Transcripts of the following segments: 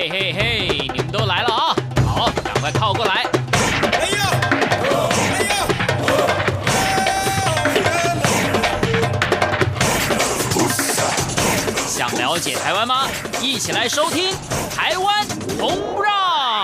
嘿嘿，你们都来了啊！好，赶快靠过来。想了解台湾吗？一起来收听《台湾红不让》。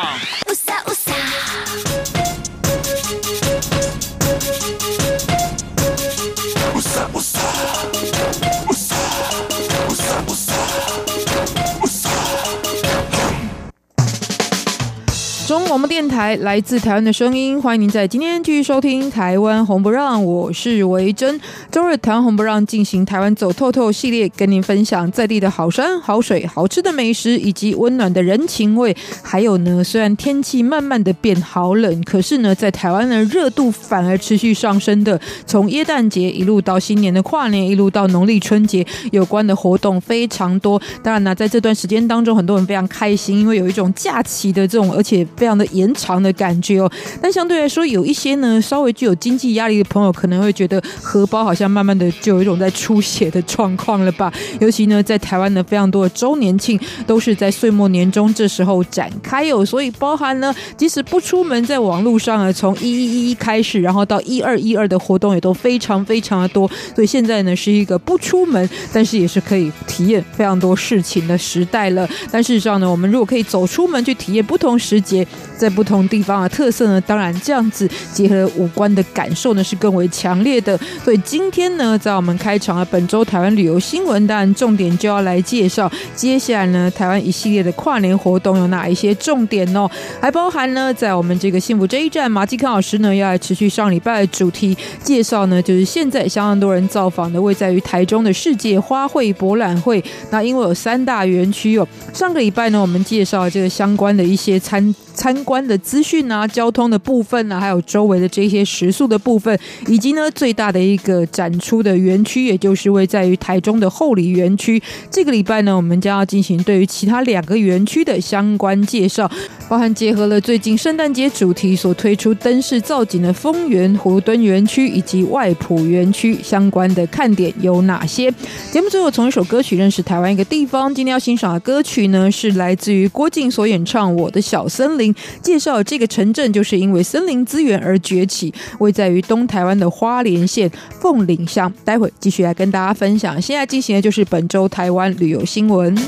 中广播电台来自台湾的声音，欢迎您在今天继续收听台湾红不让，我是维珍。周日台湾红不让进行台湾走透透系列，跟您分享在地的好山好水、好吃的美食以及温暖的人情味。还有呢，虽然天气慢慢的变好冷，可是呢，在台湾的热度反而持续上升的，从耶诞节一路到新年的跨年，一路到农历春节，有关的活动非常多。当然呢，在这段时间当中，很多人非常开心，因为有一种假期的这种，而且非常的延长的感觉哦。但相对来说，有一些呢稍微具有经济压力的朋友，可能会觉得荷包好像慢慢的就有一种在出血的状况了吧。尤其呢，在台湾呢，非常多的周年庆都是在岁末年终这时候展开哦，所以包含呢，即使不出门，在网络上呢，从1111开始，然后到1212的活动也都非常非常的多。所以现在呢，是一个不出门，但是也是可以体验非常多事情的时代了。但事实上呢，我们如果可以走出门去体验不同时节在不同地方的特色呢，当然这样子结合五官的感受呢是更为强烈的。所以今天呢，在我们开场的本周台湾旅游新闻，当然重点就要来介绍接下来呢台湾一系列的跨年活动有哪一些重点哦，还包含呢在我们这个幸福这一站，马继康老师呢要来持续上礼拜的主题介绍呢，就是现在相当多人造访的位在于台中的世界花卉博览会。那因为有3大园区哦，上个礼拜呢我们介绍这个相关的一些参观的资讯啊，交通的部分啊，还有周围的这些食宿的部分，以及呢最大的一个展出的园区，也就是位在于台中的后里园区。这个礼拜呢，我们将要进行对于其他2个园区的相关介绍，包含结合了最近圣诞节主题所推出灯饰造景的丰原葫芦墩园区以及外埔园区相关的看点有哪些。节目最后从一首歌曲认识台湾一个地方，今天要欣赏的歌曲呢是来自于郭靖所演唱《我的小森林》，介绍这个城镇就是因为森林资源而崛起，位在于东台湾的花莲县凤岭乡。待会继续来跟大家分享，现在进行的就是本周台湾旅游新闻。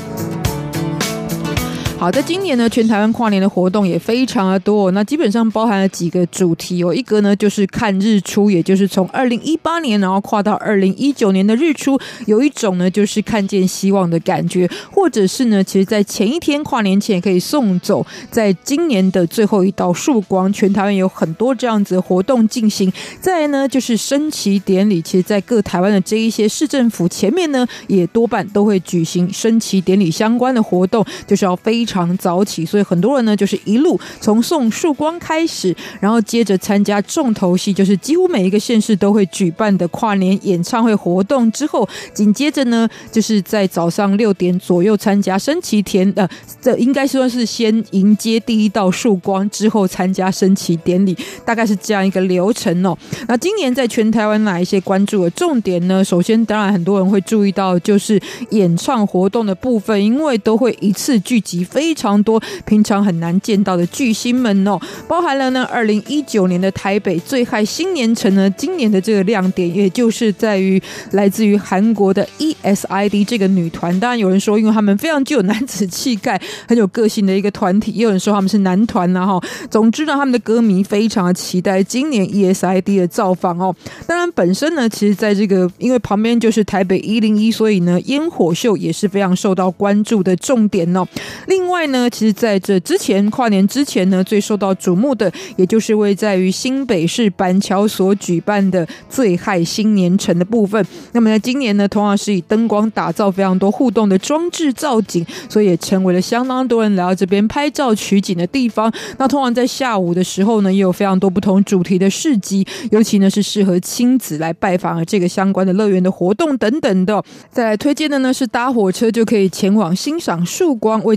好，在今年呢，全台湾跨年的活动也非常的多，那基本上包含了几个主题哦。一个呢就是看日出，也就是从2018年然后跨到2019年的日出，有一种呢就是看见希望的感觉，或者是呢，其实在前一天跨年前也可以送走在今年的最后一道曙光。全台湾有很多这样子的活动进行。再来呢就是升旗典礼，其实在各台湾的这一些市政府前面呢，也多半都会举行升旗典礼相关的活动，就是要非常早起，所以很多人呢就是一路从送曙光开始，然后接着参加重头戏，就是几乎每一个县市都会举办的跨年演唱会活动之后，紧接着呢就是在早上6点左右参加升旗这应该算是先迎接第一道曙光，之后参加升旗典礼，大概是这样一个流程哦。那今年在全台湾哪一些关注的重点呢？首先当然很多人会注意到就是演唱活动的部分，因为都会一次聚集非常多平常很难见到的巨星们哦，包含了呢2019年的台北醉汉新年城呢，今年的这个亮点也就是在于来自于韩国的 ESID 这个女团。当然有人说因为他们非常具有男子气概，很有个性的一个团体，也有人说他们是男团啊齁。总之呢，他们的歌迷非常的期待今年 ESID 的造访哦。当然本身呢，其实在这个因为旁边就是台北101，所以呢烟火秀也是非常受到关注的重点哦。另外呢，其实在这之前跨年之前呢，最受到瞩目的也就是位在于新北市板桥所举办的醉汉新年城的部分。那么在今年呢，同样是以灯光打造非常多互动的装置造景，所以也成为了相当多人来到这边拍照取景的地方。那通常在下午的时候呢，也有非常多不同主题的市集，尤其呢是适合亲子来拜访这个相关的乐园的活动等等的。再来推荐的呢是搭火车就可以前往欣赏曙光，位在于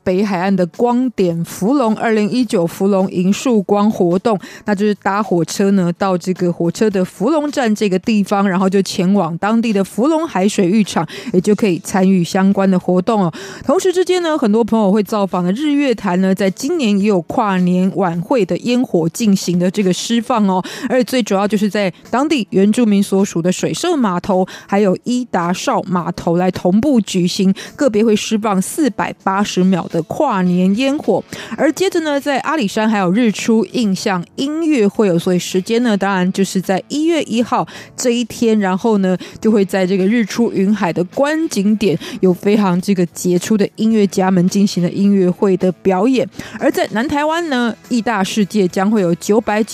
北海岸的光点福隆2019福隆银树光活动，那就是搭火车呢到这个火车的福隆站这个地方，然后就前往当地的福隆海水浴场，也就可以参与相关的活动哦。同时之间呢，很多朋友会造访的日月潭呢，在今年也有跨年晚会的烟火进行的这个释放哦，而且最主要就是在当地原住民所属的水社码头还有伊达邵码头来同步举行，个别会释放480秒的跨年烟火。而接着呢，在阿里山还有日出印象音乐会有，所以时间呢当然就是在1月1号这一天，然后呢就会在这个日出云海的观景点有非常这个杰出的音乐家们进行了音乐会的表演。而在南台湾呢，艺大世界将会有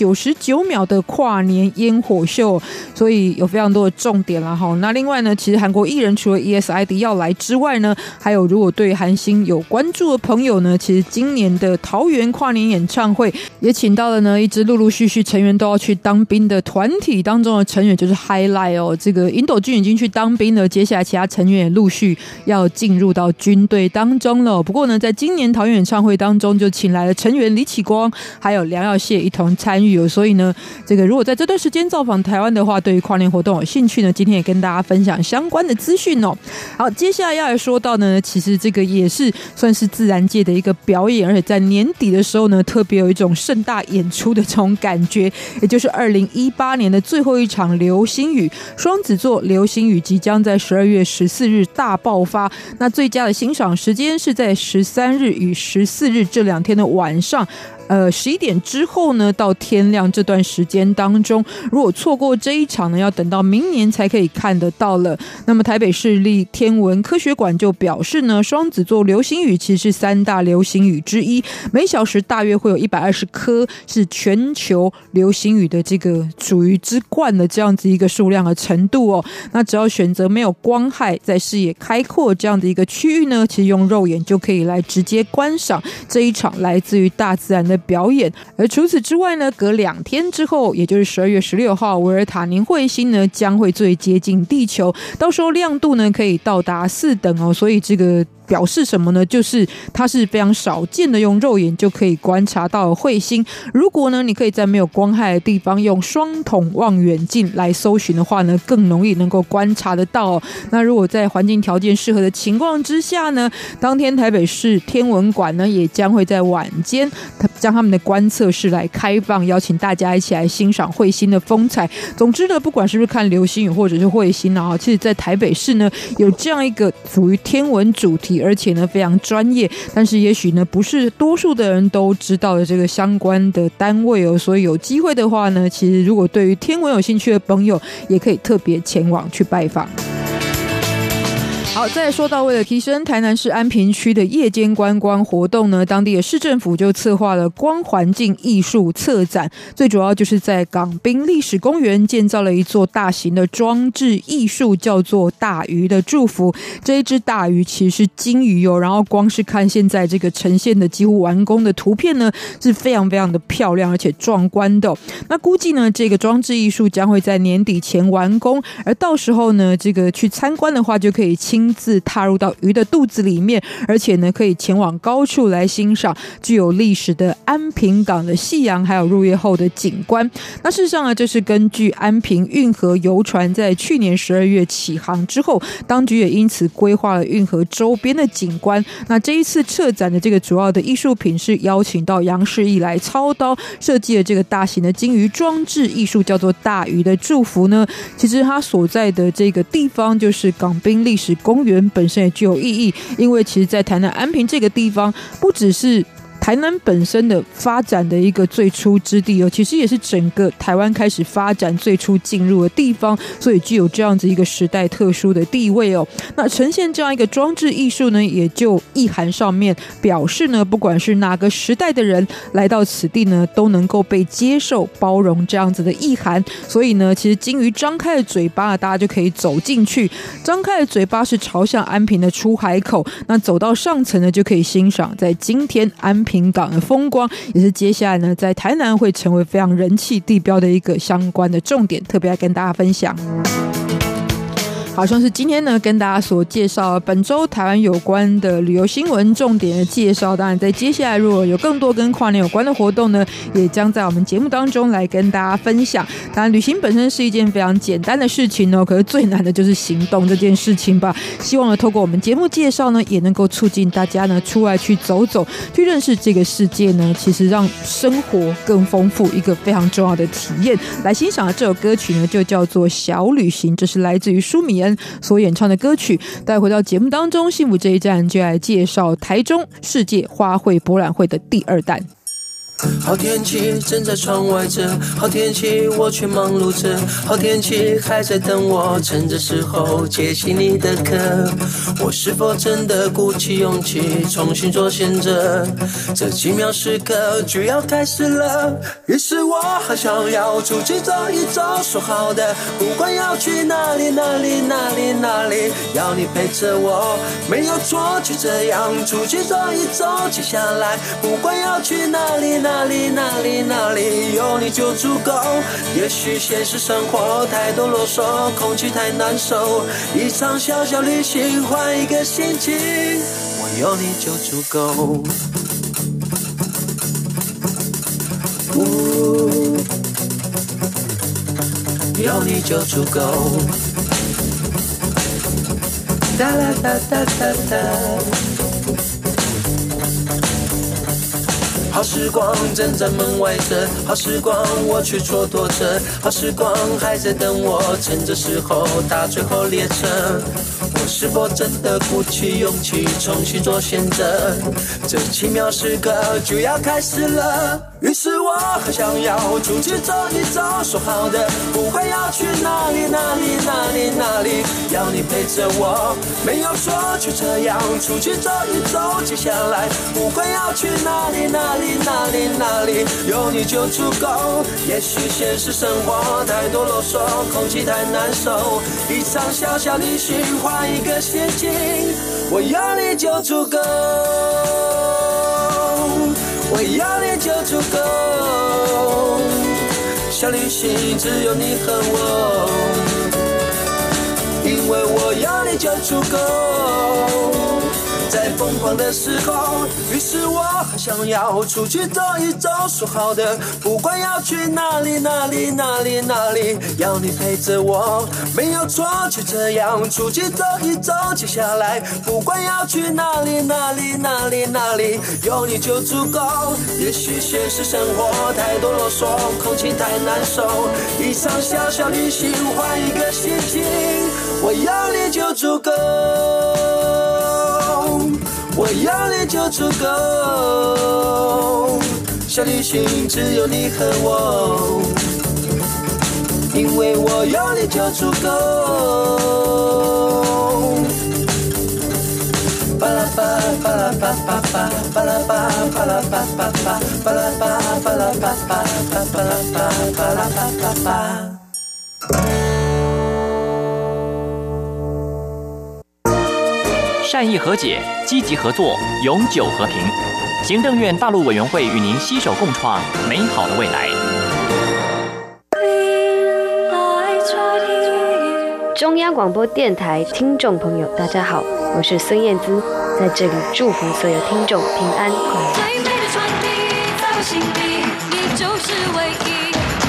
999秒的跨年烟火秀，所以有非常多的重点啦。那另外呢，其实韩国艺人除了 ESID 要来之外呢，还有如果对韩星有关注的朋友呢，其实今年的桃园跨年演唱会也请到了呢一支陆陆续续成员都要去当兵的团体当中的成员，就是 Highlight 哦。这个尹斗俊已经去当兵了，接下来其他成员也陆续要进入到军队当中了。不过呢，在今年桃园演唱会当中，就请来了成员李启光还有梁耀燮一同参与哦。所以呢，这个如果在这段时间造访台湾的话，对于跨年活动有兴趣呢，今天也跟大家分享相关的资讯哦。好，接下来要来说到呢，其实这个也是算是自然界的一个表演，而且在年底的时候呢，特别有一种盛大演出的这种感觉，也就是2018年的最后一场流星雨，双子座流星雨即将在12月14日大爆发。那最佳的欣赏时间是在13日与14日这2天的晚上11点之后呢，到天亮这段时间当中，如果错过这一场呢，要等到明年才可以看得到了。那么台北市立天文科学馆就表示呢，双子座流星雨其实是3大流星雨之一，每小时大约会有120颗，是全球流星雨的这个属于之冠的这样子一个数量的程度哦。那只要选择没有光害，在视野开阔这样的一个区域呢，其实用肉眼就可以来直接观赏这一场来自于大自然的表演。而除此之外呢，隔2天之后，也就是12月16号，维尔塔宁彗星呢将会最接近地球，到时候亮度呢可以到达4等哦。所以这个表示什么呢？就是它是非常少见的用肉眼就可以观察到彗星。如果呢你可以在没有光害的地方用双筒望远镜来搜寻的话呢，更容易能够观察得到哦。那如果在环境条件适合的情况之下呢，当天台北市天文馆呢也将会在晚间将他们的观测室来开放，邀请大家一起来欣赏彗星的风采。总之呢，不管是不是看流星雨或者是彗星啊，其实在台北市呢有这样一个属于天文主题，而且呢非常专业，但是也许呢不是多数的人都知道的这个相关的单位哦。所以有机会的话呢，其实如果对于天文有兴趣的朋友，也可以特别前往去拜访。好，再来说到为了提升台南市安平区的夜间观光活动呢，当地的市政府就策划了光环境艺术策展，最主要就是在港滨历史公园建造了一座大型的装置艺术，叫做大鱼的祝福。这一只大鱼其实是金鱼哦，然后光是看现在这个呈现的几乎完工的图片呢，是非常非常的漂亮而且壮观的哦。那估计呢，这个装置艺术将会在年底前完工，而到时候呢，这个去参观的话，就可以亲自踏入到鱼的肚子里面，而且呢，可以前往高处来欣赏具有历史的安平港的夕阳，还有入夜后的景观。那事实上呢，这是根据安平运河游船在去年12月起航之后，当局也因此规划了运河周边的景观。那这一次策展的这个主要的艺术品是邀请到杨世义来操刀设计的这个大型的金鱼装置艺术，叫做大鱼的祝福呢。其实它所在的这个地方就是港滨历史公园本身也具有意义，因为其实在台南安平这个地方，不只是台南本身的发展的一个最初之地哦，其实也是整个台湾开始发展最初进入的地方，所以具有这样子一个时代特殊的地位哦。那呈现这样一个装置艺术呢，也就意涵上面表示呢，不管是哪个时代的人来到此地呢，都能够被接受包容这样子的意涵。所以呢，其实金鱼张开的嘴巴，大家就可以走进去，张开的嘴巴是朝向安平的出海口，那走到上层呢，就可以欣赏在今天安平港的风光，也是接下来呢在台南会成为非常人气地标的一个相关的重点，特别来跟大家分享。好， 好像是今天呢跟大家所介绍本周台湾有关的旅游新闻重点的介绍。当然在接下来如果有更多跟跨年有关的活动呢，也将在我们节目当中来跟大家分享。当然旅行本身是一件非常简单的事情哦，可是最难的就是行动这件事情吧。希望呢透过我们节目介绍呢，也能够促进大家呢出来去走走，去认识这个世界呢，其实让生活更丰富一个非常重要的体验。来欣赏的这首歌曲呢就叫做小旅行，这是来自于舒米恩所演唱的歌曲。待回到节目当中，幸福这一站就来介绍台中世界花卉博览会的第二弹。 好天气正在窗外着，好天气我却忙碌着，好天气还在等我，趁着时候接起你的课。我是否真的鼓起勇气重新做选择？这奇妙时刻就要开始了，于是我好想要出去走一走，说好的不管要去哪里哪里哪里哪里，要你陪着我，没有错，就这样出去走一走。接下来不管要去哪里哪里哪里哪里，有你就足够。也许现实生活太多啰嗦，空气太难受，一场小小旅行换一个心情，我有你就足够。有你就足够。哒啦哒哒哒哒。好时光正在门外着，好时光我却蹉跎着，好时光还在等我，趁着时候搭最后列车。我是否真的鼓起勇气重新做选择？这奇妙时刻就要开始了，于是我很想要出去走一走，说好的不管要去哪里哪里哪里哪里，要你陪着我，没有错，就这样出去走一走。接下来不管要去哪里哪里哪里哪里，有你就足够。也许现实生活太多啰嗦，空气太难受，一场小小旅行换一个心情，我有你就足够，我有你就足够。小旅行只有你和我，因为我有你就足够。在疯狂的时候，于是我很想要出去走一走，说好的不管要去哪里哪里哪里哪里，要你陪着我，没有错，就这样出去走一走。接下来不管要去哪里哪里哪里哪里，有你就足够。也许现实生活太多啰嗦，空气太难受，一场小小旅行换一个心情，我有你就足够，我有你就足够。小旅行只有你和我，因为我有你就足够。巴拉巴巴拉巴巴巴巴拉巴巴拉巴巴巴巴拉巴巴拉巴巴巴拉巴巴拉巴巴巴。 善意和解，积极合作，永久和平。行政院大陆委员会与您携手共创美好的未来。 中央广播电台听众朋友，大家好，我是孙燕姿，在这里祝福所有听众平安快乐。最美的传递在我心底，你就是唯一。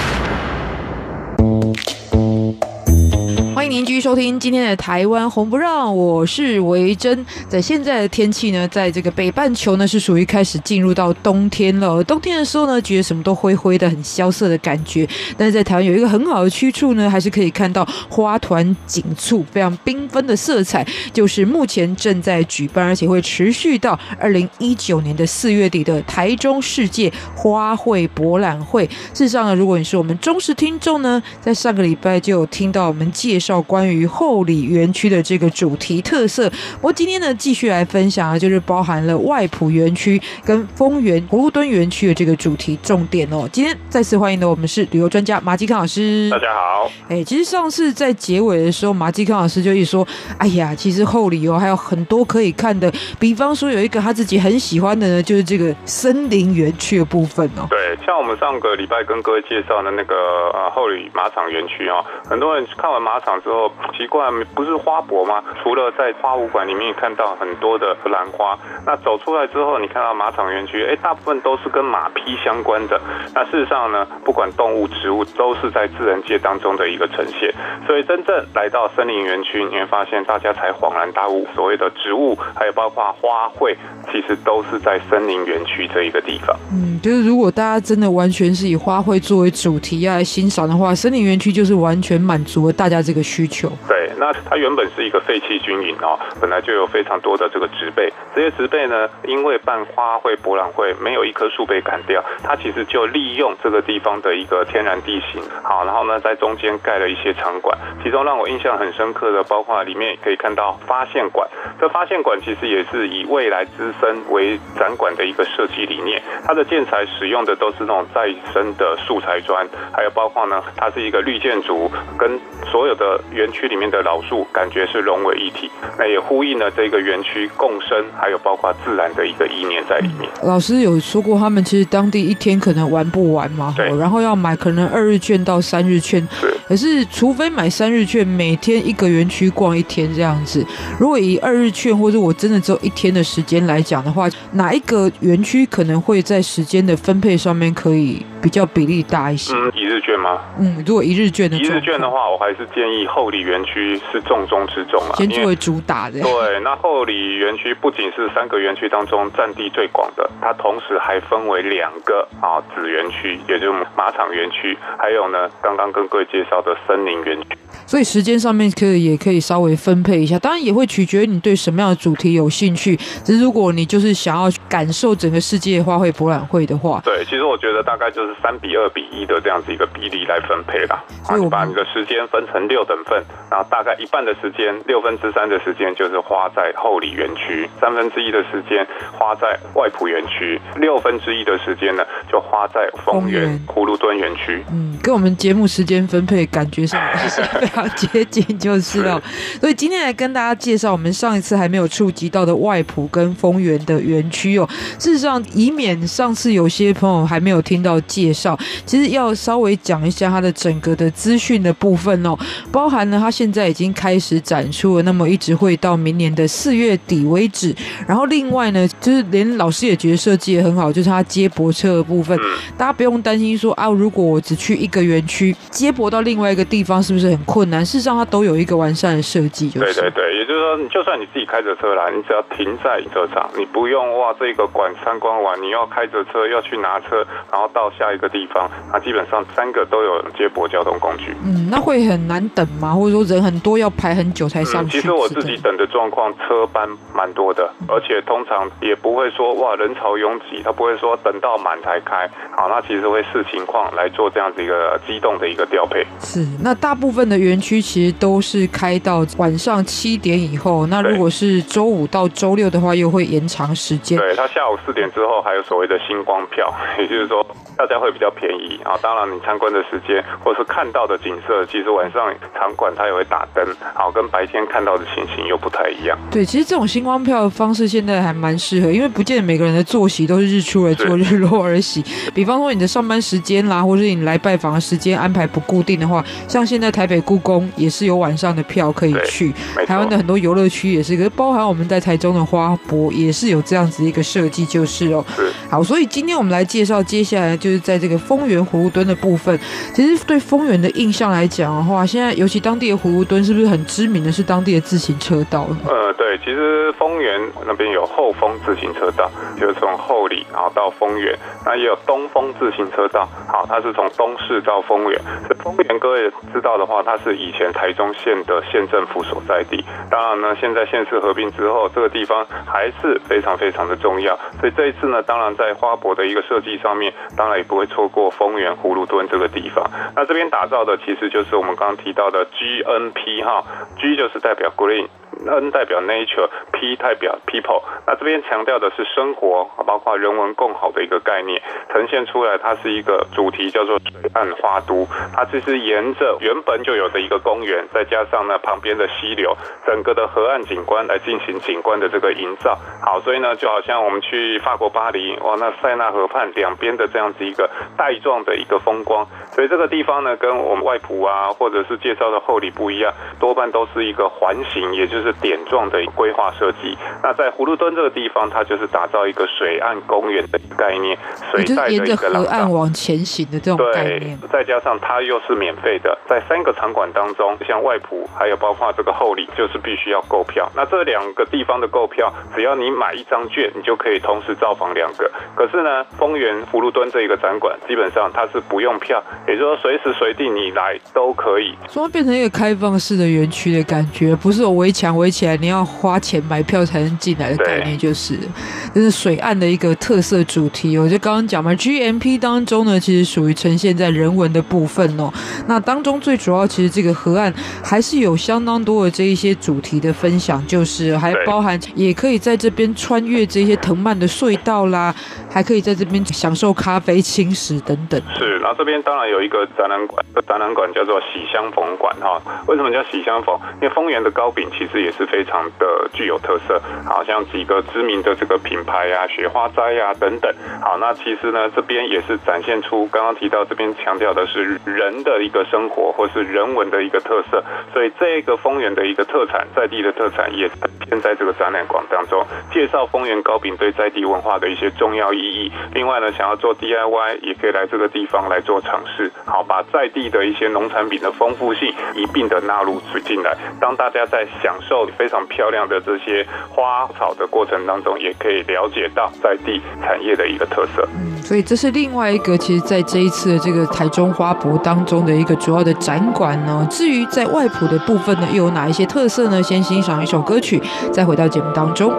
欢迎您继续收听今天的台湾红不让，我是维珍。在现在的天气呢，在这个北半球呢是属于开始进入到冬天了。冬天的时候呢，觉得什么都灰灰的，很萧瑟的感觉。但是在台湾有一个很好的去处呢，还是可以看到花团锦簇，非常缤纷的色彩，就是目前正在举办，而且会持续到2019年的4月底的台中世界花卉博览会。事实上呢，如果你是我们忠实听众呢，在上个礼拜就有听到我们介绍关于后里园区的这个主题特色。我今天呢继续来分享就是包含了外埔园区跟丰原葫芦墩园区的这个主题重点哦。今天再次欢迎的我们是旅游专家马基康老师。 大家好。 其实上次在结尾的时候，马基康老师就一说，哎呀，其实后里还有很多可以看的，比方说有一个他自己很喜欢的呢，就是这个森林园区的部分哦。 对， 像我们上个礼拜跟各位介绍的那个后里马场园区哦，很多人看完马场之后奇怪，不是花博吗？除了在花舞馆里面看到很多的兰花，那走出来之后，你看到马场园区，大部分都是跟马匹相关的。那事实上呢，不管动物、植物，都是在自然界当中的一个呈现。所以真正来到森林园区，你会发现大家才恍然大悟，所谓的植物，还有包括花卉，其实都是在森林园区这一个地方。 就是如果大家真的完全是以花卉作为主题来欣赏的话，森林园区就是完全满足了大家这个需求。 对，那它原本是一个废弃军营哦，本来就有非常多的这个植被，这些植被呢，因为办花卉博览会，没有一棵树被砍掉，它其实就利用这个地方的一个天然地形，好，然后呢，在中间盖了一些场馆，其中让我印象很深刻的，包括里面可以看到发现馆，这发现馆其实也是以未来之森为展馆的一个设计理念，它的建材使用的都是那种再生的素材砖，还有包括呢，它是一个绿建筑，跟所有的园区里面的老树感觉是融为一体，那也呼应了这个园区共生，还有包括自然的一个意念在里面。 老师有说过，他们其实当地一天可能玩不完嘛，然后要买可能2日券到3日券，可是除非买3日券，每天一个园区逛1天这样子。如果以2日券或者我真的只有1天的时间来讲的话，哪一个园区可能会在时间的分配上面可以比较比例大一些 ？1日券吗？ 如果1日券的 1日券的话，我还是建议后里园区是重中之重啊， 先作为主打的。 对，那后里园区不仅是3个园区当中占地最广的，它同时还分为2个子园区，也就是马场园区，还有呢刚刚跟各位介绍的森林园区。 所以时间上面也可以稍微分配一下，当然也会取决于你对什么样的主题有兴趣。只是如果你就是想要感受整个世界花卉博览会的话， 对，其实我觉得大概就是3:2:1的这样子一个比例来分配啦。所以你把你的时间分成6等份，然后大概一半的时间，3/6的时间就是花在后里园区，1/3的时间花在外埔园区，1/6的时间呢就花在丰原葫芦墩园区。 跟我们节目时间分配感觉上是非常接近，就是了。所以今天来跟大家介绍我们上一次还没有触及到的外埔跟丰原的园区哦。事实上，以免上次有些朋友还没有听到介绍，其实要稍微讲一下它的整个的资讯的部分哦，包含呢它现在已经开始展出了，那么一直会到明年的4月底为止。然后另外呢，就是连老师也觉得设计也很好，就是它接驳车的部分，大家不用担心说如果我只去一个园区，接驳到另外一个地方是不是很困难？事实上，它都有一个完善的设计，就是。 对，也就是说，就算你自己开着车来，你只要停在停车场，你不用这个馆参观完，你要开着车要去拿车，然后到下一个地方，那基本上3个都有接驳交通工具。 那会很难等吗？或者说人很多要排很久才上去？ 其实我自己等的状况，车班蛮多的，而且通常也不会说人潮拥挤，他不会说等到满才开。好，那其实会视情况来做这样子一个机动的一个调配。 是，那大部分的园区其实都是开到晚上7点以后，那如果是周5到周6的话，又会延长时间。 对，它下午4点之后还有所谓的星光票，也就是说票价会比较便宜啊。当然，你参观的时间或是看到的景色，其实晚上场馆它也会打灯，好，跟白天看到的情形又不太一样。 对，其实这种星光票的方式现在还蛮适合，因为不见得每个人的作息都是日出而作日落而息。比方说你的上班时间啦，或是你来拜访的时间安排不固定的话，像现在台北故宫也是有晚上的票可以去，台湾的很多游乐区也是，可是包含我们在台中的花博也是有这样子一个设计，就是哦。好，所以今天我们来介绍接下来就是在这个丰原葫芦墩的部分。其实对丰原的印象来讲的话，现在尤其当地的葫芦墩是不是很知名的是当地的自行车道？ 对，其实丰原那边有后丰自行车道，就是从后里然后到丰原，那也有东丰自行车道，好，它是从东市到丰原。丰原各位知道的话，它是以前台中县的县政府所在地。当然呢，现在县市合并之后，这个地方还是非常非常的重要。所以这一次呢，当然在花博的一个设计上面，当然也不会错过丰原葫芦墩这个地方。那这边打造的其实就是我们刚刚提到的 GNP 哈 ，G 就是代表 Green。 N 代表 nature，P 代表 people。那这边强调的是生活，包括人文共好的一个概念，呈现出来它是一个主题叫做水岸花都。它其实沿着原本就有的一个公园，再加上呢旁边的溪流，整个的河岸景观来进行景观的这个营造。好，所以呢就好像我们去法国巴黎，哇，那塞纳河畔两边的这样子一个带状的一个风光。所以这个地方呢跟我们外埔啊或者是介绍的后里不一样，多半都是一个环形，也就是点状的规划设计。那在葫芦墩这个地方，它就是打造一个水岸公园的概念，水带的一个就是沿着河岸往前行的这种概念。 对，再加上它又是免费的，在3个场馆当中，像外埔还有包括这个后里，就是必须要购票。那这2个地方的购票，只要你买1张券，你就可以同时造访2个。可是呢，丰原葫芦墩这一个展馆，基本上它是不用票，也就是说随时随地你来都可以。 说变成一个开放式的园区的感觉，不是有围墙围起来，你要花钱买票才能进来的概念，就是这是水岸的一个特色主题。我就刚刚讲嘛 ，GMP 当中呢，其实属于呈现在人文的部分哦。那当中最主要，其实这个河岸还是有相当多的这一些主题的分享，就是还包含也可以在这边穿越这些藤蔓的隧道啦，还可以在这边享受咖啡、轻食等等。 是，然后这边当然有一个展览馆叫做喜相逢馆哈。为什么叫喜相逢？因为丰原的糕饼其实也是非常的具有特色，好像几个知名的这个品牌啊、雪花斋啊等等。好，那其实呢，这边也是展现出刚刚提到这边强调的是人的一个生活或是人文的一个特色，所以这个丰原的一个特产，在地的特产也呈现在这个展览馆当中，介绍丰原糕饼对在地文化的一些重要意义。另外呢，想要做 DIY 也可以来这个地方来做尝试，好，把在地的一些农产品的丰富性一并的纳入进来，当大家在享受非常漂亮的这些花草的过程当中，也可以了解到在地产业的一个特色。 所以这是另外一个，其实在这一次的这个台中花博当中的一个主要的展馆呢。至于在外埔的部分呢，又有哪一些特色呢？先欣赏一首歌曲，再回到节目当中。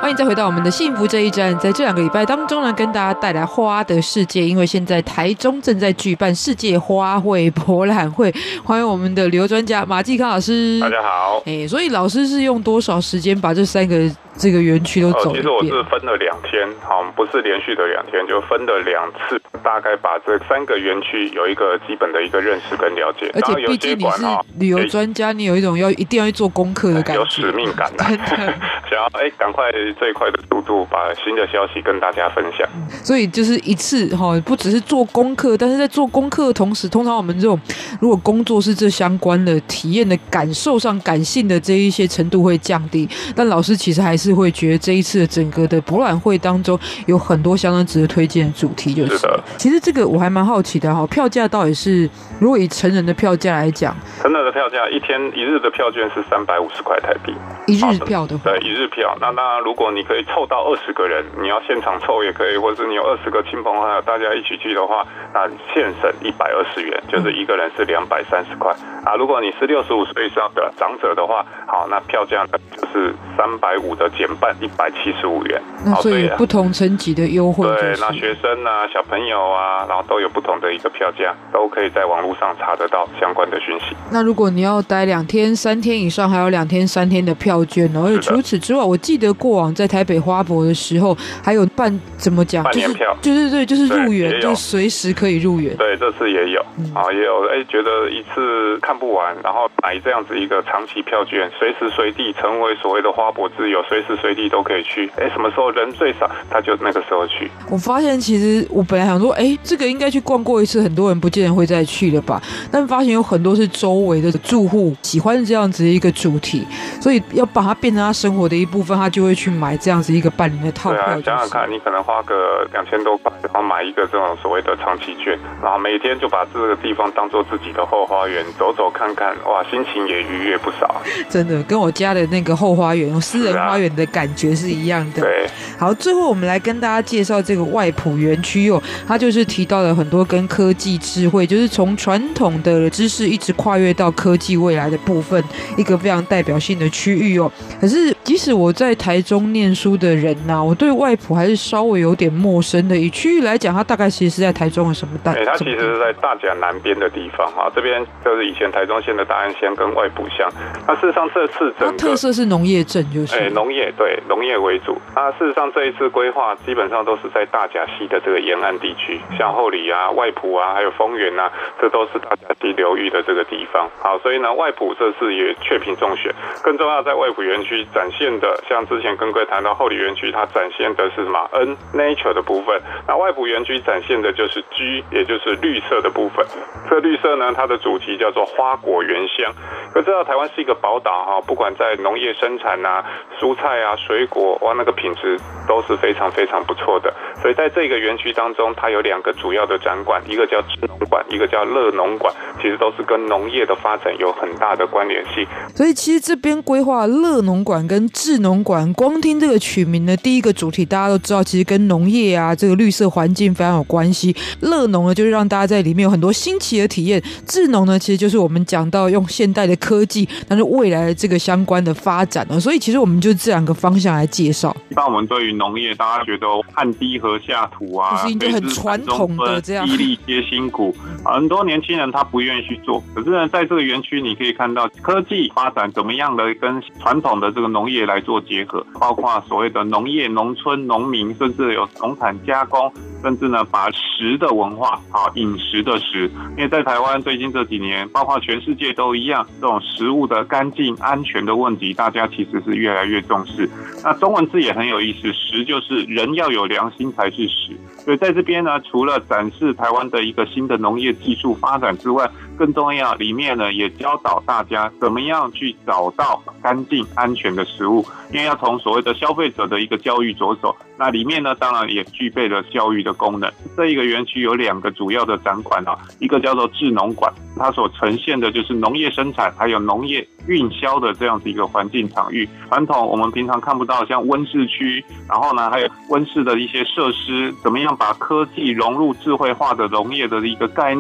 欢迎再回到我们的幸福这一站，在这2个礼拜当中呢，跟大家带来花的世界，因为现在台中正在举办世界花卉博览会，欢迎我们的旅游专家马继康老师。 大家好。 所以老师是用多少时间把这3个这个园区都走一遍？ 其实我是分了2天，不是连续的2天，就分了2次，大概把这3个园区有一个基本的一个认识跟了解。 而且毕竟你是旅游专家，你有一种一定要去做功课的感觉， 有使命感的，想要赶快最快的速度把新的消息跟大家分享。 所以就是一次不只是做功课，但是在做功课的同时，通常我们这种如果工作是这相关的体验的感受上感性的这一些程度会降低，但老师其实还是会觉得这一次的整个的博览会当中有很多相当值得推荐的主题，就是的。其实这个我还蛮好奇的票价到底是，如果以成人的票价来讲， 成人的票价一日的票券是350块台币， 一日票的话， 对，一日票。那当然，如果你可以凑到20个人，你要现场凑也可以，或者你有20个亲朋好友大家一起去的话，那现省120元，就是一个人是230块啊。如果你是65岁以上的长者的话，好，那票价就是350的减半，175元。 那所以不同层级的优惠， 对，那学生啊、小朋友啊，然后都有不同的一个票价，都可以在网络上查得到相关的讯息。 那如果你要待2天、3天以上，还有2天、3天的票券，而且除此之外，我记得过往在台北花博的时候，还有怎么讲， 半年票， 就是入园，就随时可以入园。 对，这次也有也有觉得一次看不完，然后买这样子一个长期票券，随时随地成为所谓的花博之友，随时随地都可以去。什么时候人最少，他就那个时候去。 我发现其实我本来想说，这个应该去逛过一次，很多人不见得会再去了吧？但发现有很多是周围的住户喜欢这样子的一个主题，所以要把它变成他生活的一部分，他就会去买这样子一个半年的套票。 对想想看，你可能花个2000多块，然后买一个这种所谓的长期券，然后每天就把这个地方当做自己的后花园，走走看看，哇，心情也愉悦不少。 真的，跟我家的那个后花园、私人花园的感觉是一样的。 对。 好，最后我们来跟大家介绍这个外埔园区它就是提到了很多跟科技智慧，就是从传统的知识一直跨越到科技未来的部分，一个非常代表性的区域可是即使我在台中念书的人我对外埔还是稍微有点陌生的。以区域来讲，它大概其实是在台中的什么地方？ 它其实是在大甲南边的地方这边就是以前台中县的大安乡跟外埔乡。那事实上这次整个特色是农业镇，就是农业，对，农业为主。那事实上这一次规划基本上都是在大甲溪的这个沿岸地区，像后里啊、外埔啊，还有丰原啊，这都是大甲溪流域的这个地方。好，所以呢，外埔这次也确评中选。更重要，在外埔园区展现的，像之前跟各位谈到后里园区，它展现的是什么 ？N nature 的部分。那外埔园区展现的就是 G， 也就是绿色的部分。这绿色呢，它的主题叫做花果园乡。可知道台湾是一个宝岛不管在农业生产啊、蔬菜啊、水果，哇，那个品质都是非常非常不错的。所以在这个园区当中，它有2个主要的展馆，一个叫智农馆，一个叫乐农馆，其实都是跟农业的发展有很大的关联性。 所以其实这边规划乐农馆跟智农馆，光听这个取名的第一个主题，大家都知道其实跟农业啊这个绿色环境非常有关系。乐农呢，就是让大家在里面有很多新奇的体验；智农呢，其实就是我们讲到用现代的科技，但是未来的这个相关的发展所以其实我们就这2个方向来介绍。 一般我们对于农业，大家觉得汗滴禾下土啊， 就是一个很传统的这样， 粒粒皆辛苦。很多年轻人他不愿意去做，可是呢，在这个园区你可以看到科技发展怎么样的跟传统的这个农业来做结合，包括所谓的农业、农村、农民，甚至有农产加工，甚至呢把食的文化，饮食的食，因为在台湾最近这几年，包括全世界都一样，这种食物的干净、安全的问题，大家其实是越来越重视。那中文字也很有意思，食就是人要有良心才是食。所以在这边呢，除了展示台湾的一个新的农业技术发展之外，更重要，里面呢也教导大家怎么样去找到干净安全的食物，因为要从所谓的消费者的一个教育着手。那里面呢当然也具备了教育的功能。这一个园区有2个主要的展馆一个叫做智农馆，它所呈现的就是农业生产还有农业运销的这样子一个环境场域。传统我们平常看不到像温室区，然后呢还有温室的一些设施，怎么样把科技融入智慧化的农业的一个概念，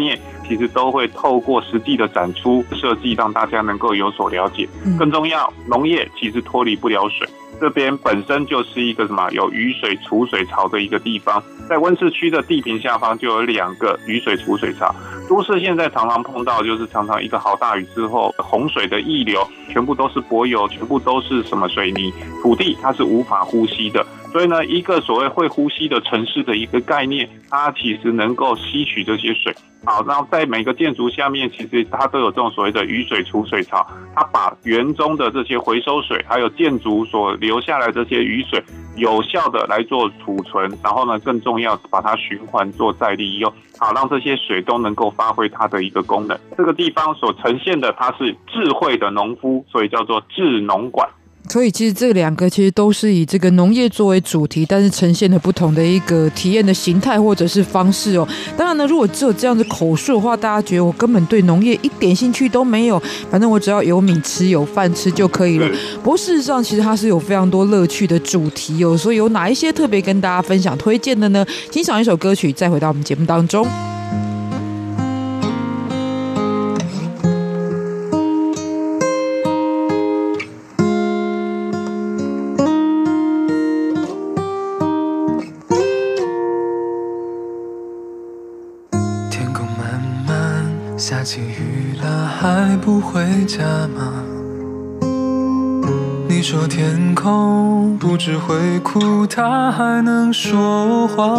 其实都会透过实际的展出设计，让大家能够有所了解。更重要，农业其实脱离不了水。这边本身就是一个有雨水储水槽的一个地方，在温室区的地坪下方就有2个雨水储水槽。都市现在常常碰到，就是常常一个好大雨之后，洪水的溢流全部都是柏油，全部都是水泥，土地它是无法呼吸的。所以呢，一个所谓会呼吸的城市的一个概念，它其实能够吸取这些水。好，然后在每个建筑下面，其实它都有这种所谓的雨水储水槽，它把园中的这些回收水，还有建筑所留下来这些雨水，有效的来做储存，然后呢，更重要把它循环做再利用，好，让这些水都能够发挥它的一个功能。这个地方所呈现的，它是智慧的农夫，所以叫做智农馆。 所以其实这2个其实都是以这个农业作为主题，但是呈现了不同的一个体验的形态或者是方式哦。当然呢，如果只有这样子口述的话，大家觉得我根本对农业一点兴趣都没有，反正我只要有米吃有饭吃就可以了。不过事实上其实它是有非常多乐趣的主题哦，所以有哪一些特别跟大家分享推荐的呢？欣赏一首歌曲再回到我们节目当中。 下起雨了还不回家吗？你说天空不只会哭，它还能说话。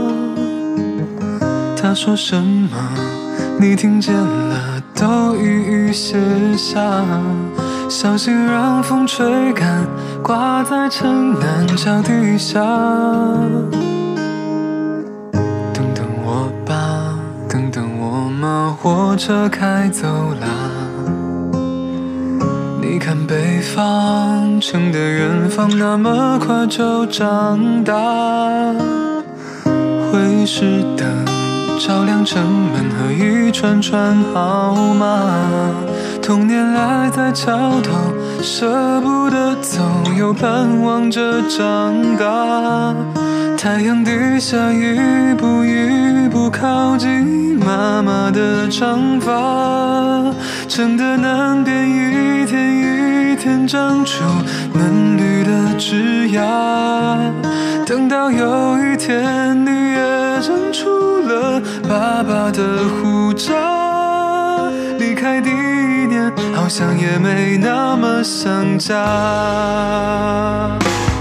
他说什么你听见了都一一写下，小心让风吹干，挂在城南桥底下。等等我吧，等等我嘛，火车开走了。你看北方城的远方那么快就长大，会是灯照亮城门和一串串号码。童年赖在桥头，舍不得走，又盼望着长大。太阳底下一步一步靠近妈妈的长发，城的南边一天一天长出嫩绿的枝桠。等到有一天你也长出了爸爸的胡渣，离开第一年好像也没那么想家。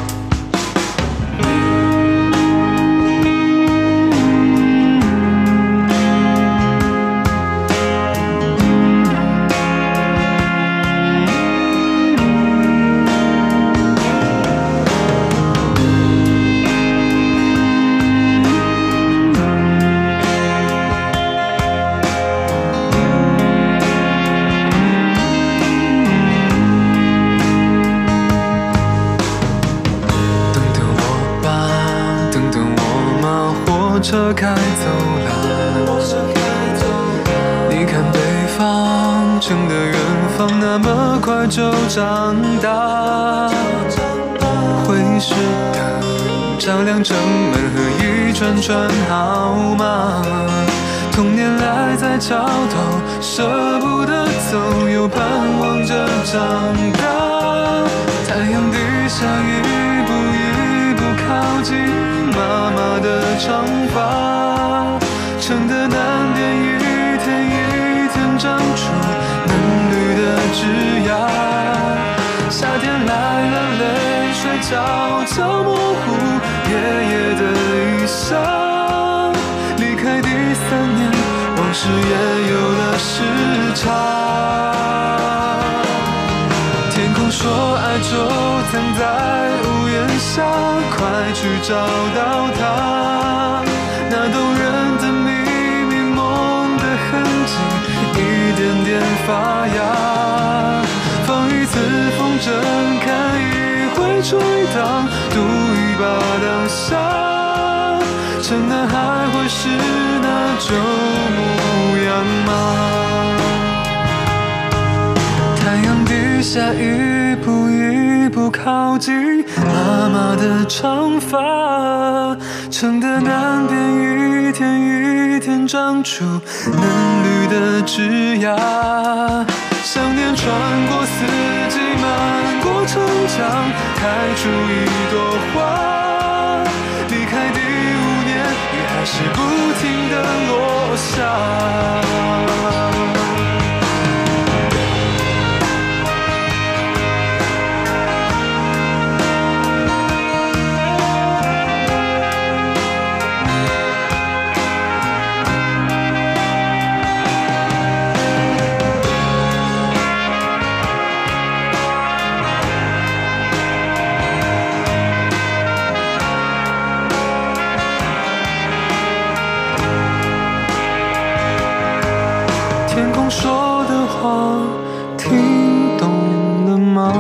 车开走了，你看北方城的远方那么快就长大，会是灯照亮城门和一串串号码。童年赖在桥头，舍不得走，又盼望着长大。太阳底下一步一步靠近妈妈的长发，城的南边一天一天长出嫩绿的枝桠。夏天来了，泪水悄悄模糊爷爷的衣裳。离开第3年，往事也有了时差。天空说爱就藏在屋檐下，快去找到它。那动人的秘密，梦的痕迹一点点发芽。放一次风筝，看一回吹荡，赌一把当下。城南还会是那旧模样吗？太阳底下一步一不靠近，妈妈的长发撑得南边一天一天长出嫩绿的枝桠，想念穿过四季，漫过城墙，开出一朵花，离开第5年雨还是不停地落下。天空说的话，听懂了吗？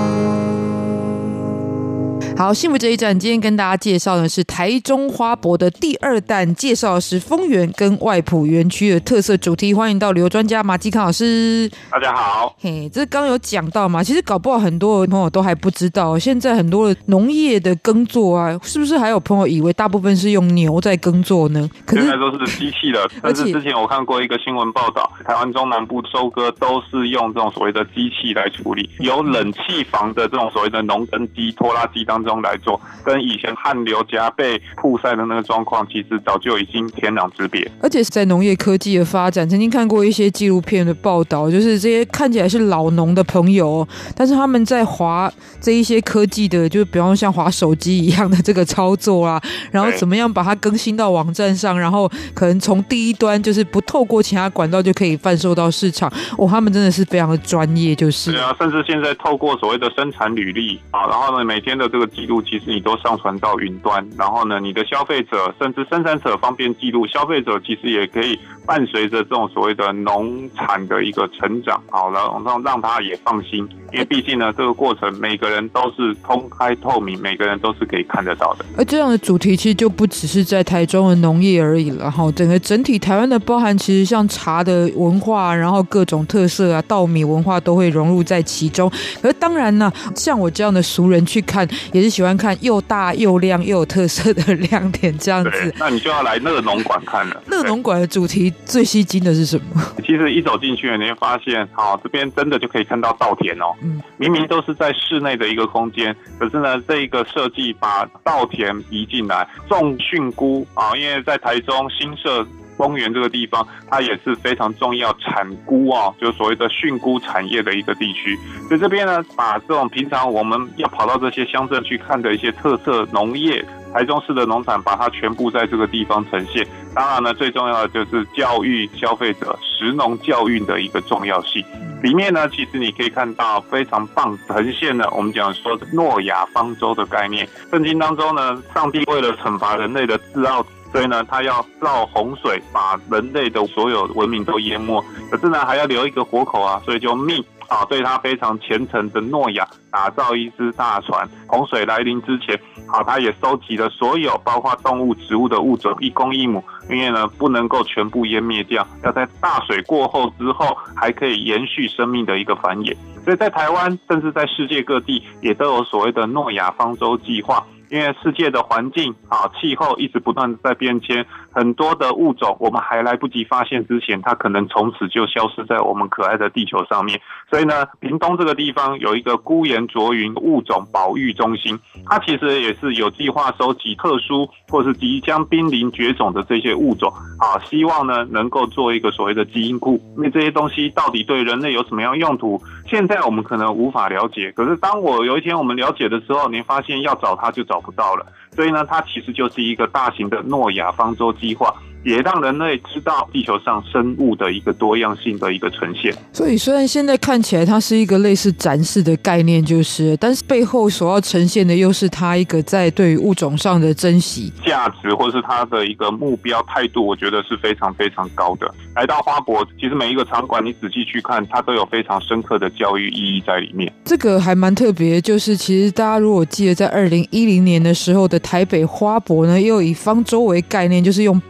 好，幸福这一站，今天跟大家介绍的是台中花博的第2弹，介绍的是丰原跟外埔园区的特色主题。欢迎到旅游专家马基康老师。 大家好。 嘿，这刚有讲到嘛，其实搞不好很多朋友都还不知道，现在很多的农业的耕作啊，是不是还有朋友以为大部分是用牛在耕作呢？可是现在都是机器的，但是之前我看过一个新闻报道，台湾中南部收割都是用这种所谓的机器来处理，有冷气房的这种所谓的农耕机、拖拉机当中来做，跟以前汗流浃背曝晒的那个状况，其实早就已经天壤之别。 而且在农业科技的发展，曾经看过一些纪录片的报道，就是这些看起来是老农的朋友，但是他们在滑这一些科技的，就比方像滑手机一样的这个操作啊，然后怎么样把它更新到网站上，然后可能从第一端就是不透过其他管道就可以贩售到市场。他们真的是非常的专业，就是对啊，甚至现在透过所谓的生产履历啊，然后呢每天的这个记录，其实你都上传到云端，然后呢你的消费者甚至生产者方便记录，消费者其实也可以伴随着这种所谓的农产的一个成长，好，然后让他也放心，因为毕竟呢这个过程每个人都是公开透明，每个人都是可以看得到的。 而这样的主题其实就不只是在台中的农业而已了，然后整体台湾的包含，其实像茶的文化，然后各种特色啊，稻米文化都会融入在其中。可是当然呢，像我这样的俗人去看，也是喜欢看又大又亮又有特色的亮点这样子。 那你就要来乐农馆看了。 乐农馆的主题最吸睛的是什么？ 其实一走进去，你会发现，这边真的就可以看到稻田哦。明明都是在室内的一个空间，可是呢，这一个设计把稻田移进来，种蕈菇啊，因为在台中新社丰原这个地方，它也是非常重要产菇啊，就是所谓的蕈菇产业的一个地区。所以这边呢，把这种平常我们要跑到这些乡镇去看的一些特色农业，台中市的农产，把它全部在这个地方呈现。当然呢，最重要的就是教育消费者食农教育的一个重要性。里面呢，其实你可以看到非常棒呈现了我们讲说诺亚方舟的概念。圣经当中呢，上帝为了惩罚人类的自傲，所以呢，他要造洪水，把人类的所有文明都淹没。可是呢，还要留一个活口啊，所以就命对他非常虔诚的诺亚打造一只大船。洪水来临之前，他也收集了所有包括动物、植物的物种，一公一母，因为呢不能够全部湮灭掉，要在大水过后之后还可以延续生命的一个繁衍。所以在台湾，甚至在世界各地，也都有所谓的诺亚方舟计划。因为世界的环境气候一直不断的在变迁，很多的物种我们还来不及发现之前，它可能从此就消失在我们可爱的地球上面。所以呢，屏东这个地方有一个孤岩卓云物种保育中心，它其实也是有计划收集特殊或是即将濒临绝种的这些物种希望呢能够做一个所谓的基因库。因为这些东西到底对人类有什么样用途，现在我们可能无法了解，可是当有一天我们了解的时候，你发现要找它就找不到了。所以呢，它其实就是一个大型的诺亚方舟计划，也让人类知道地球上生物的一个多样性的一个呈现。 所以虽然现在看起来它是一个类似展示的概念，但是背后所要呈现的又是它一个在对于物种上的珍惜价值，或是它的一个目标态度，我觉得是非常非常高的。来到花博，其实每一个场馆你仔细去看，它都有非常深刻的教育意义在里面。 这个还蛮特别，就是其实大家如果记得在2010年的时候的台北花博呢，又以方舟为概念，就是用宝特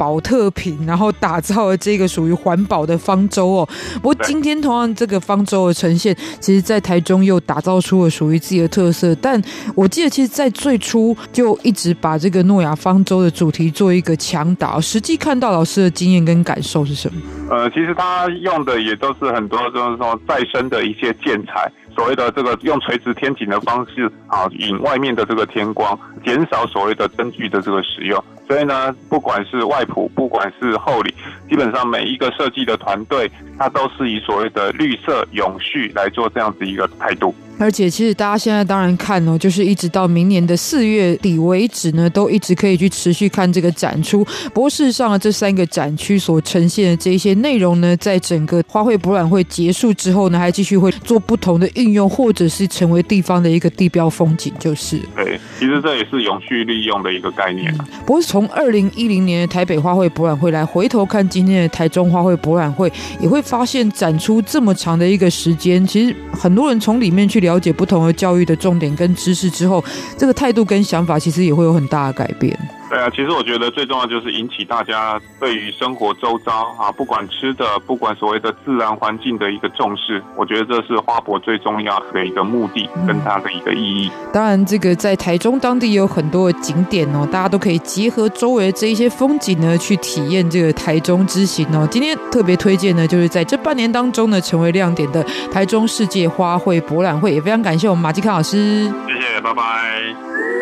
特品，然后打造了这个属于环保的方舟哦。不过今天同样这个方舟的呈现，其实在台中又打造出了属于自己的特色。但我记得其实在最初就一直把这个诺亚方舟的主题做一个强打，实际看到老师的经验跟感受是什么？ 其实他用的也都是很多就是说再生的一些建材，所谓的这个用垂直天井的方式啊，引外面的这个天光，减少所谓的灯具的这个使用。所以呢，不管是外埔，不管是后里，基本上每一个设计的团队，它都是以所谓的绿色永续来做这样子一个态度。 而且其实大家现在当然看哦，就是一直到明年的4月底为止呢，都一直可以去持续看这个展出。不过事实上这3个展区所呈现的这些内容呢，在整个花卉博览会结束之后呢，还继续会做不同的运用，或者是成为地方的一个地标风景，就是。 对，其实这也是永续利用的一个概念。 不过从2010年的台北花卉博览会来回头看今天的台中花卉博览会，也会发现展出这么长的一个时间，其实很多人从里面去了解不同的教育的重点跟知识之后，这个态度跟想法其实也会有很大的改变。 对啊，其实我觉得最重要就是引起大家对于生活周遭啊，不管吃的，不管所谓的自然环境的一个重视，我觉得这是花博最重要的一个目的跟它的一个意义。 当然这个在台中当地也有很多的景点哦，大家都可以结合周围的这一些风景呢，去体验这个台中之行哦。今天特别推荐呢，就是在这半年当中呢，成为亮点的台中世界花卉博览会，也非常感谢我们马继康老师， 谢谢，拜拜。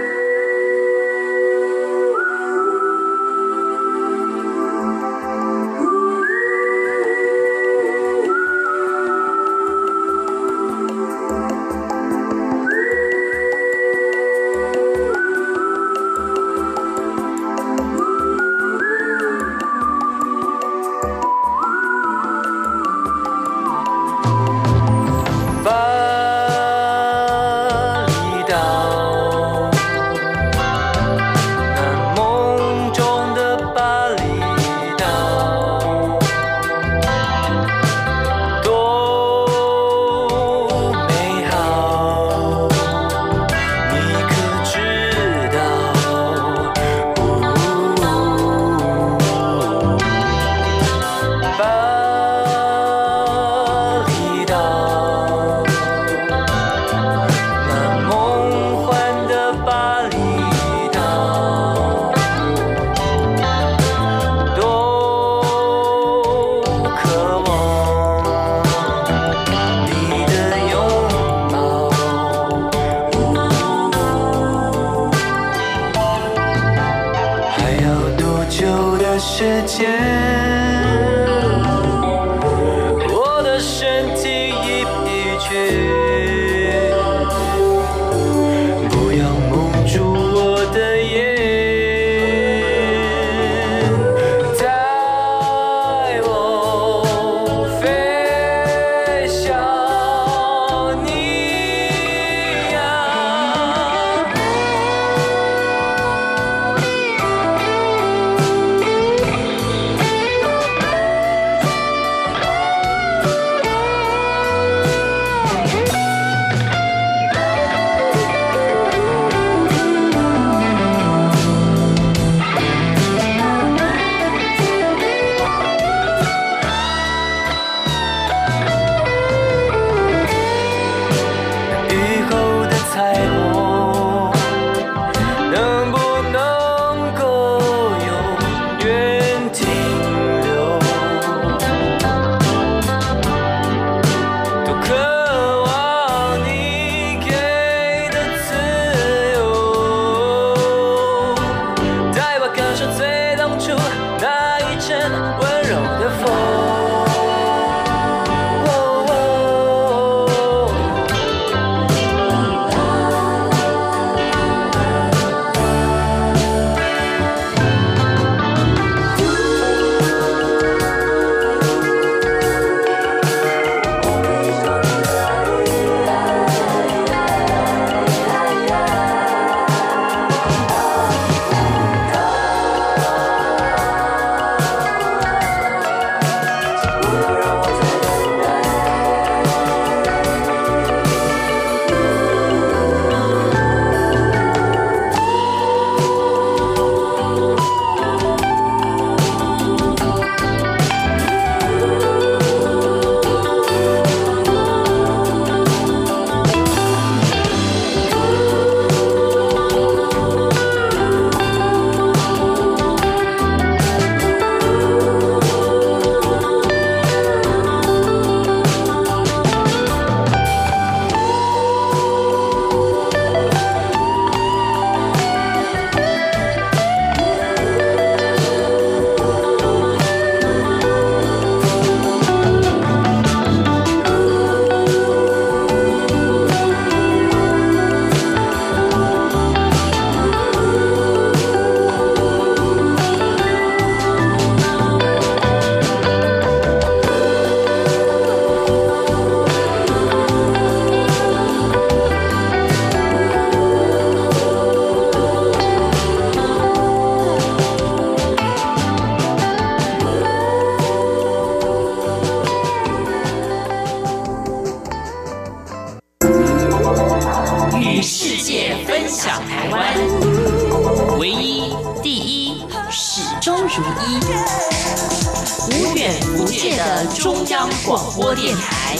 时间，我的身体已疲倦，不要蒙住我的眼，带我飞向你呀。 与世界分享台湾，唯一、第一，始终如一，无远弗届的中央广播电台。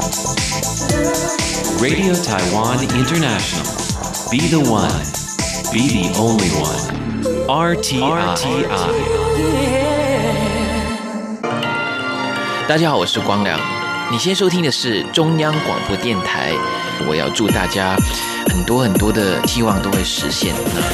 Radio Taiwan International. Be the one. Be the only one. RTI. 大家好，我是光良。你先收听的是中央广播电台。我要祝大家很多很多的希望都会实现。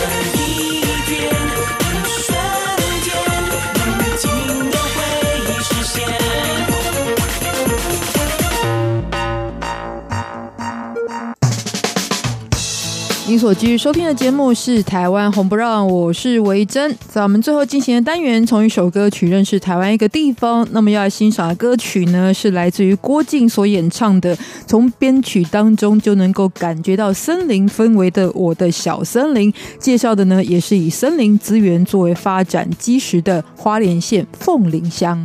你所继续收听的节目是台湾红不让，我是维珍。在我们最后进行的单元，从一首歌曲认识台湾一个地方。那么要来欣赏的歌曲呢，是来自于郭静所演唱的，从编曲当中就能够感觉到森林氛围的《我的小森林》。介绍的呢，也是以森林资源作为发展基石的花莲县凤林乡。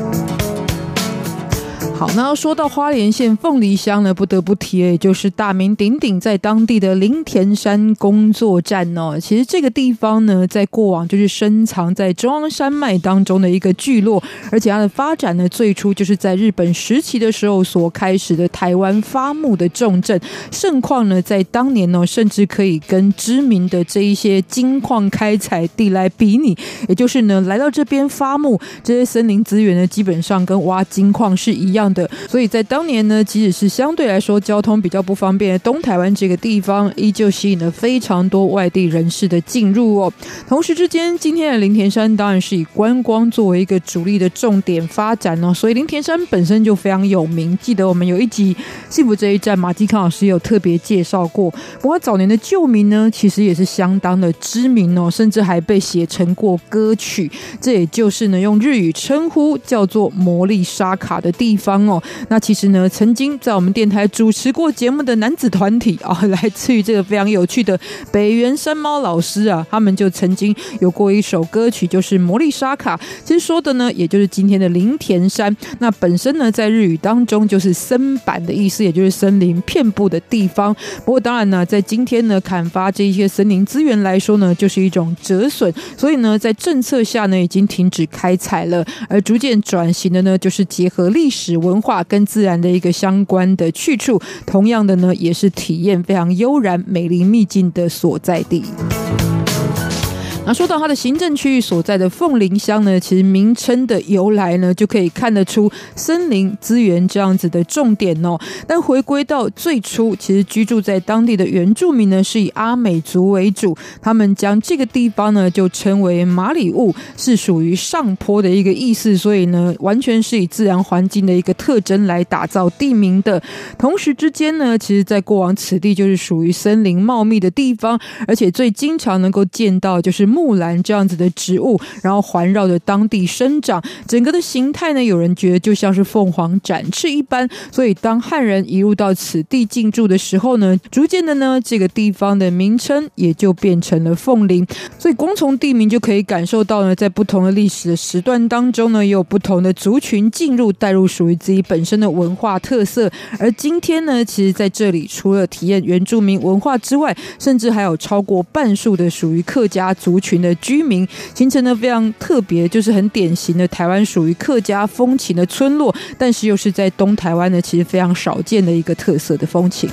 好，那说到花莲县凤梨乡呢，不得不提也就是大名鼎鼎在当地的林田山工作站哦。其实这个地方呢，在过往就是深藏在中央山脉当中的一个聚落，而且它的发展呢，最初就是在日本时期的时候所开始的台湾发木的重镇，盛况呢，在当年呢，甚至可以跟知名的这一些金矿开采地来比拟，也就是呢，来到这边发木，这些森林资源呢，基本上跟挖金矿是一样的。所以在当年呢，即使是相对来说交通比较不方便的东台湾这个地方，依旧吸引了非常多外地人士的进入哦。同时之间，今天的林田山当然是以观光作为一个主力的重点发展哦，所以林田山本身就非常有名。记得我们有一集幸福这一站，马基康老师有特别介绍过。不过早年的旧名呢，其实也是相当的知名哦，甚至还被写成过歌曲。这也就是呢，用日语称呼叫做摩利沙卡的地方哦。那其实呢，曾经在我们电台主持过节目的男子团体啊，来自于这个非常有趣的北原山猫老师啊，他们就曾经有过一首歌曲，就是摩利沙卡。其实说的呢，也就是今天的林田山。那本身呢，在日语当中就是森坂的意思，也就是森林遍布的地方。不过当然呢，在今天呢，砍伐这些森林资源来说呢，就是一种折损，所以呢，在政策下呢，已经停止开采了，而逐渐转型的呢，就是结合历史文化跟自然的一个相关的去处，同样的呢，也是体验非常悠然美丽秘境的所在地。那说到它的行政区域所在的凤林乡呢，其实名称的由来呢，就可以看得出森林资源这样子的重点哦。但回归到最初，其实居住在当地的原住民呢，是以阿美族为主，他们将这个地方呢就称为马里雾，是属于上坡的一个意思，所以呢，完全是以自然环境的一个特征来打造地名的。同时之间呢，其实在过往此地就是属于森林茂密的地方，而且最经常能够见到就是木兰这样子的植物，然后环绕着当地生长，整个的形态呢，有人觉得就像是凤凰展翅一般。所以当汉人移入到此地进驻的时候呢，逐渐的呢，这个地方的名称也就变成了凤林。所以光从地名就可以感受到呢，在不同的历史的时段当中呢，也有不同的族群进入，带入属于自己本身的文化特色。而今天呢，其实在这里除了体验原住民文化之外，甚至还有超过半数的属于客家族群的居民，形成了非常特别，就是很典型的台湾属于客家风情的村落，但是又是在东台湾呢，其实非常少见的一个特色的风情。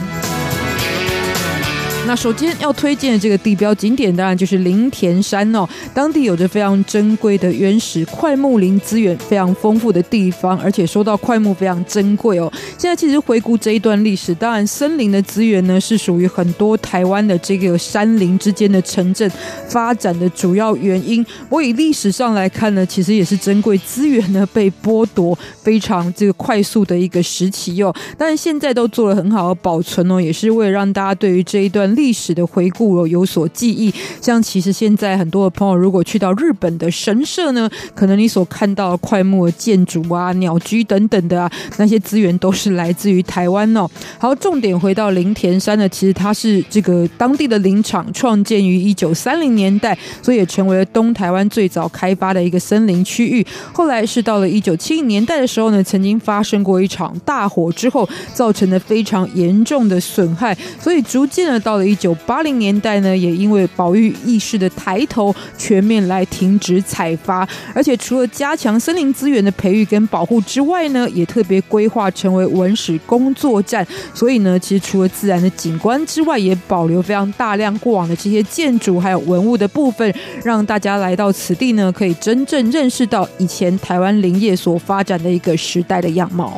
那首先要推荐的这个地标景点当然就是林田山哦，当地有着非常珍贵的原始块木林资源非常丰富的地方，而且说到块木非常珍贵哦。现在其实回顾这一段历史，当然森林的资源呢是属于很多台湾的这个山林之间的城镇发展的主要原因。我以历史上来看呢，其实也是珍贵资源呢被剥夺非常这个快速的一个时期哦。但是现在都做了很好的保存哦，也是为了让大家对于这一段历史的回顾有所记忆。像其实现在很多的朋友如果去到日本的神社呢，可能你所看到的块木的建筑啊、鸟居等等的啊，那些资源都是来自于台湾哦。好，重点回到林田山呢，其实它是这个当地的林场，创建于1930年代，所以也成为了东台湾最早开发的一个森林区域。后来是到了1970年代的时候呢，曾经发生过一场大火之后，造成了非常严重的损害，所以逐渐的到了了1980年代呢，也因为保育意识的抬头，全面来停止采伐，而且除了加强森林资源的培育跟保护之外呢，也特别规划成为文史工作站。所以呢，其实除了自然的景观之外，也保留非常大量过往的这些建筑还有文物的部分，让大家来到此地呢，可以真正认识到以前台湾林业所发展的一个时代的样貌。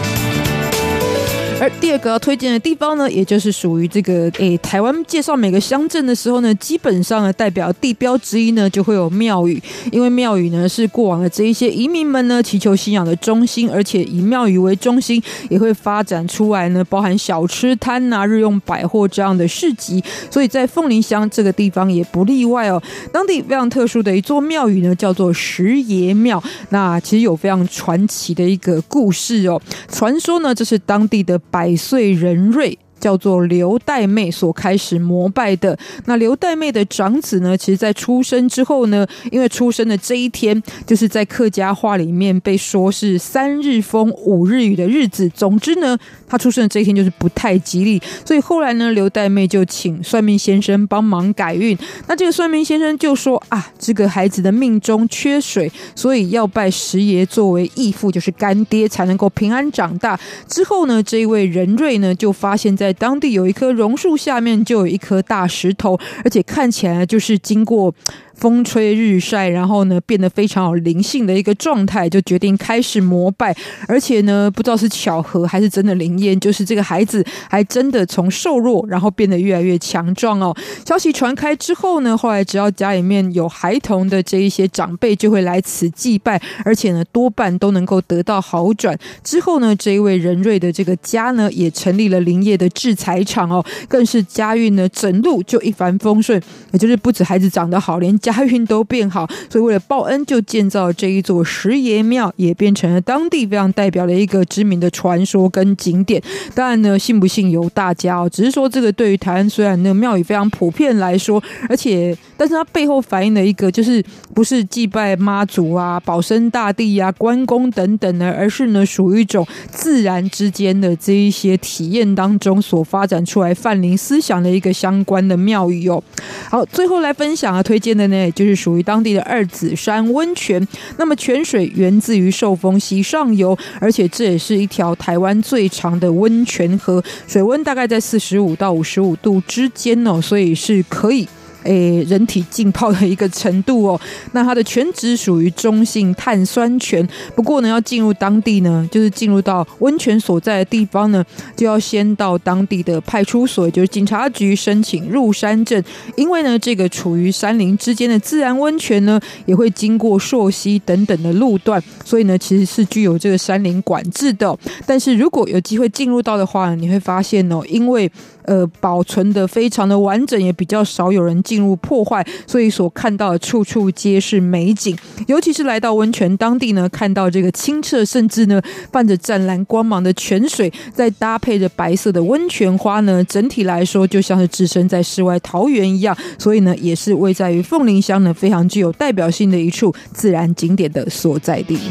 而第二个要推荐的地方呢，也就是属于这个台湾介绍每个乡镇的时候呢，基本上呢代表地标之一呢就会有庙宇，因为庙宇呢是过往的这一些移民们呢祈求信仰的中心，而且以庙宇为中心也会发展出来呢包含小吃摊啊、日用百货这样的市集，所以在凤林乡这个地方也不例外哦。当地非常特殊的一座庙宇呢叫做石爷庙，那其实有非常传奇的一个故事哦。传说呢这是当地的百岁人瑞叫做刘代妹所开始膜拜的。那刘代妹的长子呢，其实在出生之后呢，因为出生的这一天就是在客家话里面被说是3日风5日雨的日子，总之呢他出生的这一天就是不太吉利，所以后来呢刘代妹就请算命先生帮忙改运。那这个算命先生就说啊，这个孩子的命中缺水，所以要拜石爷作为义父，就是干爹，才能够平安长大。之后呢这一位人瑞呢就发现在当地有一棵榕树下面就有一颗大石头，而且看起来就是经过风吹日晒，然后呢变得非常有灵性的一个状态，就决定开始膜拜。而且呢不知道是巧合还是真的灵验，就是这个孩子还真的从瘦弱然后变得越来越强壮哦。消息传开之后呢，后来只要家里面有孩童的这一些长辈就会来此祭拜，而且呢多半都能够得到好转。之后呢这一位人瑞的这个家呢也成立了林业的制材厂哦，更是家运呢整路就一帆风顺，也就是不止孩子长得好，连家运都变好。所以为了报恩就建造了这一座石爷庙，也变成了当地非常代表的一个知名的传说跟景点。当然呢信不信由大家哦，只是说这个对于台湾虽然那个庙宇非常普遍来说，但是它背后反映的一个就是不是祭拜妈祖啊、保生大帝啊、关公等等呢，而是呢属于一种自然之间的这一些体验当中所发展出来泛灵思想的一个相关的庙宇哦。好，最后来分享推荐的呢，就是属于当地的二子山温泉。那么泉水源自于寿丰溪上游，而且这也是一条台湾最长的温泉河，水温大概在45到55度之间哦，所以是可以人体浸泡的一个程度哦。那它的泉质属于中性碳酸泉，不过呢要进入当地呢，就是进入到温泉所在的地方呢，就要先到当地的派出所，也就是警察局申请入山证。因为呢这个处于山林之间的自然温泉呢，也会经过溯溪等等的路段，所以呢其实是具有这个山林管制的哦。但是如果有机会进入到的话，你会发现哦，因为保存的非常的完整，也比较少有人进入破坏，所以所看到的处处皆是美景。尤其是来到温泉当地呢，看到这个清澈甚至呢泛着湛蓝光芒的泉水，再搭配着白色的温泉花呢，整体来说就像是置身在世外桃源一样。所以呢也是位在于凤林乡呢非常具有代表性的一处自然景点的所在地。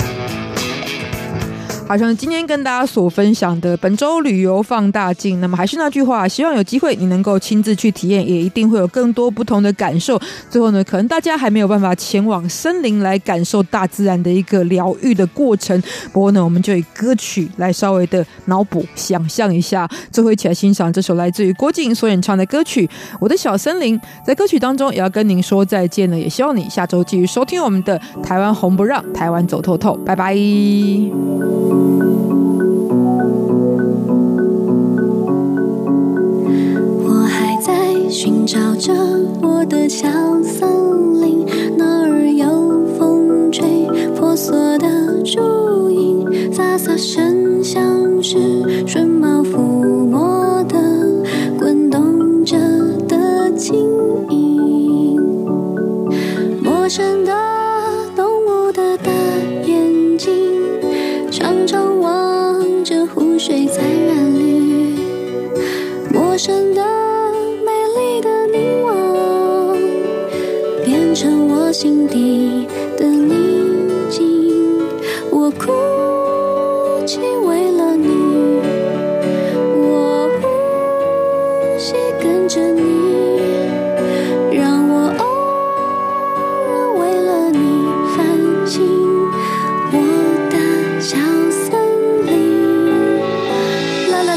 好像今天跟大家所分享的本周旅游放大镜，那么还是那句话，希望有机会你能够亲自去体验，也一定会有更多不同的感受。最后呢，可能大家还没有办法前往森林来感受大自然的一个疗愈的过程，不过呢我们就以歌曲来稍微的脑补想象一下。最后一起来欣赏这首来自于郭静所演唱的歌曲《我的小森林》。在歌曲当中也要跟您说再见了，也希望你下周继续收听我们的台湾红不让，台湾走透透，拜拜。 我还在寻找着我的小森林，哪儿有风吹婆娑的竹影，飒飒声像是顺毛抚摸的滚动着的轻盈，陌生的动物的大眼睛常常望着湖水在染绿，陌生的美丽的凝望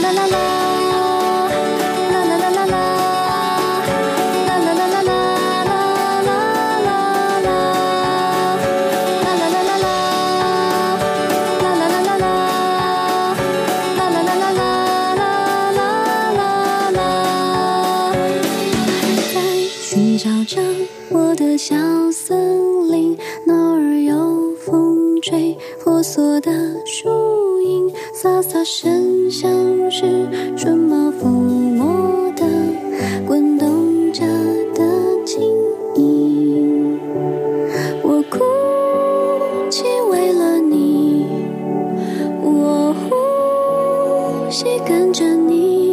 小森林，哪儿有风吹婆娑的树影，飒飒声像是春毛抚摸的滚动着的晶莹。我哭泣为了你，我呼吸跟着你。